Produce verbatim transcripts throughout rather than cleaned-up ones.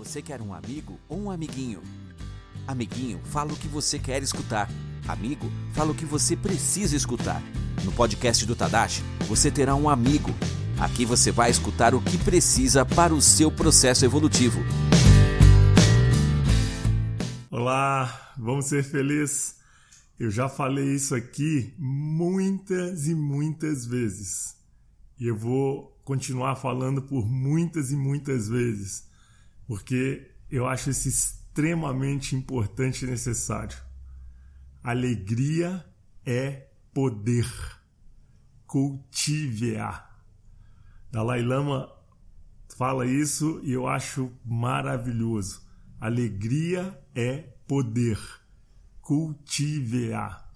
Você quer um amigo ou um amiguinho? Amiguinho, fala o que você quer escutar. Amigo, fala o que você precisa escutar. No podcast do Tadashi, você terá um amigo. Aqui você vai escutar o que precisa para o seu processo evolutivo. Olá, vamos ser felizes? Eu já falei isso aqui muitas e muitas vezes. E eu vou continuar falando por muitas e muitas vezes, porque eu acho isso extremamente importante e necessário. Alegria é poder. Cultive-a. Dalai Lama fala isso e eu acho maravilhoso. Alegria é poder. Cultive-a.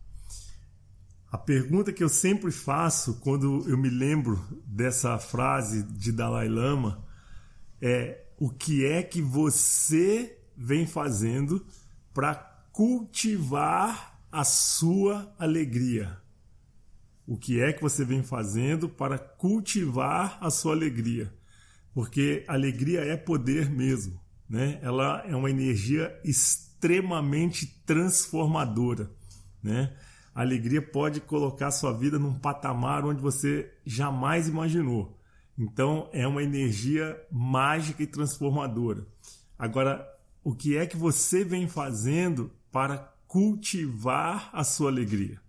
A pergunta que eu sempre faço quando eu me lembro dessa frase de Dalai Lama é: o que é que você vem fazendo para cultivar a sua alegria? O que é que você vem fazendo para cultivar a sua alegria? Porque alegria é poder mesmo, né? Ela é uma energia extremamente transformadora, né? A alegria pode colocar sua vida num patamar onde você jamais imaginou. Então, é uma energia mágica e transformadora. Agora, o que é que você vem fazendo para cultivar a sua alegria?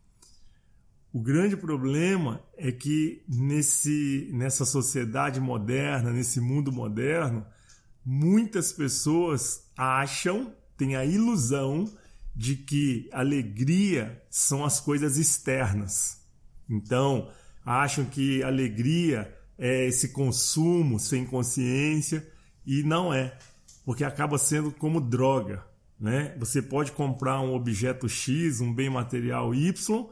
O grande problema é que nesse, nessa sociedade moderna, nesse mundo moderno, muitas pessoas acham, têm a ilusão de que alegria são as coisas externas. Então, acham que alegria é esse consumo sem consciência, e não é, porque acaba sendo como droga, né? Você pode comprar um objeto X, um bem material Y,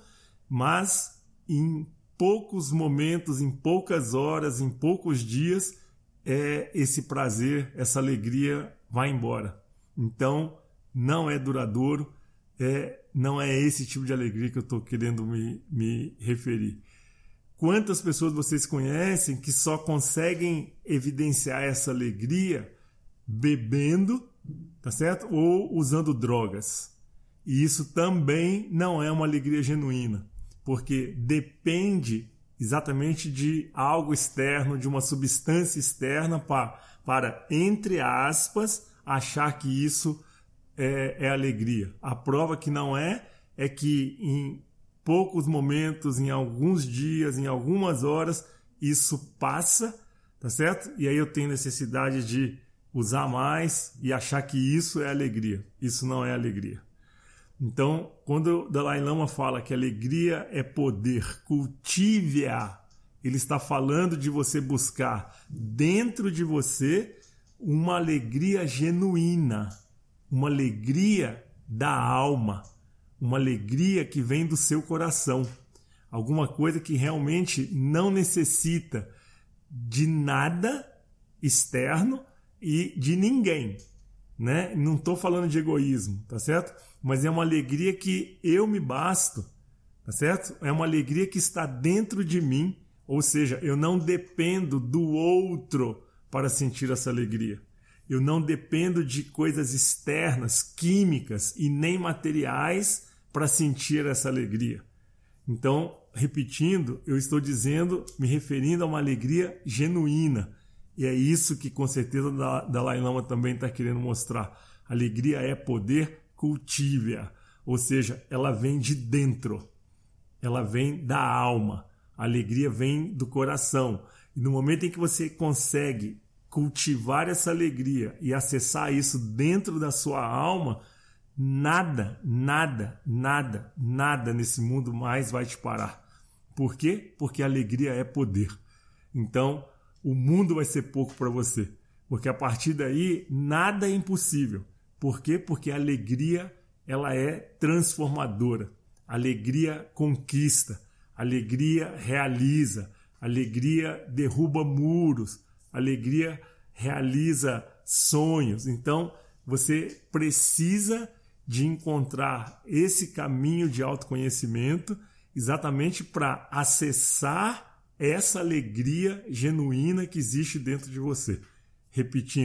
mas em poucos momentos, em poucas horas, em poucos dias, é esse prazer, essa alegria vai embora. Então, não é duradouro, é, não é esse tipo de alegria que eu estou querendo me, me referir. Quantas pessoas vocês conhecem que só conseguem evidenciar essa alegria bebendo, tá certo? Ou usando drogas? E isso também não é uma alegria genuína, porque depende exatamente de algo externo, de uma substância externa para, para entre aspas, achar que isso é, é alegria. A prova que não é, é que em poucos momentos, em alguns dias, em algumas horas, isso passa, tá certo? E aí eu tenho necessidade de usar mais e achar que isso é alegria. Isso não é alegria. Então, quando o Dalai Lama fala que alegria é poder, cultive-a, ele está falando de você buscar dentro de você uma alegria genuína, uma alegria da alma, uma alegria que vem do seu coração, alguma coisa que realmente não necessita de nada externo e de ninguém, né? Não estou falando de egoísmo, tá certo? Mas é uma alegria que eu me basto, tá certo? É uma alegria que está dentro de mim, ou seja, eu não dependo do outro para sentir essa alegria. Eu não dependo de coisas externas, químicas e nem materiais para sentir essa alegria. Então, repetindo, eu estou dizendo, me referindo a uma alegria genuína. E é isso que com certeza o Dalai Lama também está querendo mostrar. Alegria é poder, cultive-a. Ou seja, ela vem de dentro. Ela vem da alma. A alegria vem do coração. E no momento em que você consegue cultivar essa alegria e acessar isso dentro da sua alma, nada, nada, nada, nada nesse mundo mais vai te parar. Por quê? Porque a alegria é poder. Então, o mundo vai ser pouco para você. Porque a partir daí, nada é impossível. Por quê? Porque a alegria, ela é transformadora. A alegria conquista. A alegria realiza. A alegria derruba muros. A alegria realiza sonhos. Então, você precisa de encontrar esse caminho de autoconhecimento exatamente para acessar essa alegria genuína que existe dentro de você. Repetindo,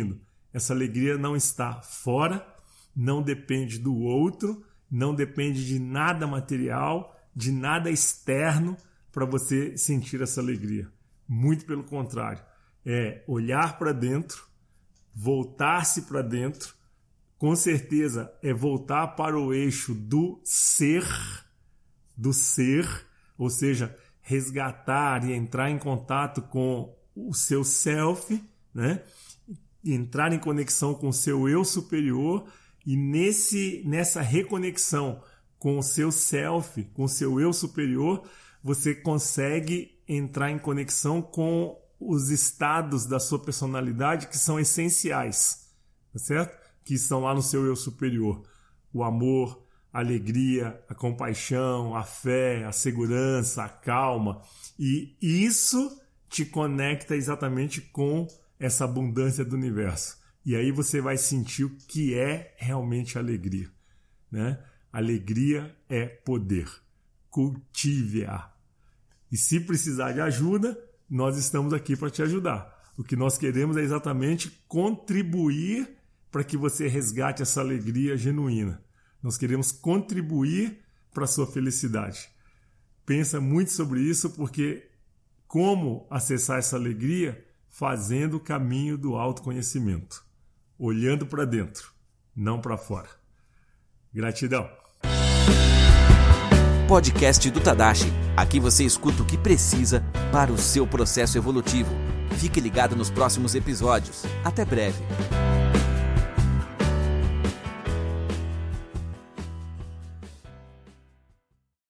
Essa alegria não está fora, não depende do outro, não depende de nada material, de nada externo para você sentir essa alegria. Muito pelo contrário, é olhar para dentro, voltar-se para dentro, com certeza é voltar para o eixo do ser, do ser, ou seja, resgatar e entrar em contato com o seu self, né? Entrar em conexão com o seu eu superior e nesse, nessa reconexão com o seu self, com o seu eu superior, você consegue entrar em conexão com os estados da sua personalidade que são essenciais, tá certo? Que estão lá no seu eu superior. O amor, a alegria, a compaixão, a fé, a segurança, a calma. E isso te conecta exatamente com essa abundância do universo. E aí você vai sentir o que é realmente alegria, né? Alegria é poder. Cultive-a. E se precisar de ajuda, nós estamos aqui para te ajudar. O que nós queremos é exatamente contribuir para que você resgate essa alegria genuína. Nós queremos contribuir para a sua felicidade. Pensa muito sobre isso, porque como acessar essa alegria? Fazendo o caminho do autoconhecimento. Olhando para dentro, não para fora. Gratidão. Podcast do Tadashi. Aqui você escuta o que precisa para o seu processo evolutivo. Fique ligado nos próximos episódios. Até breve.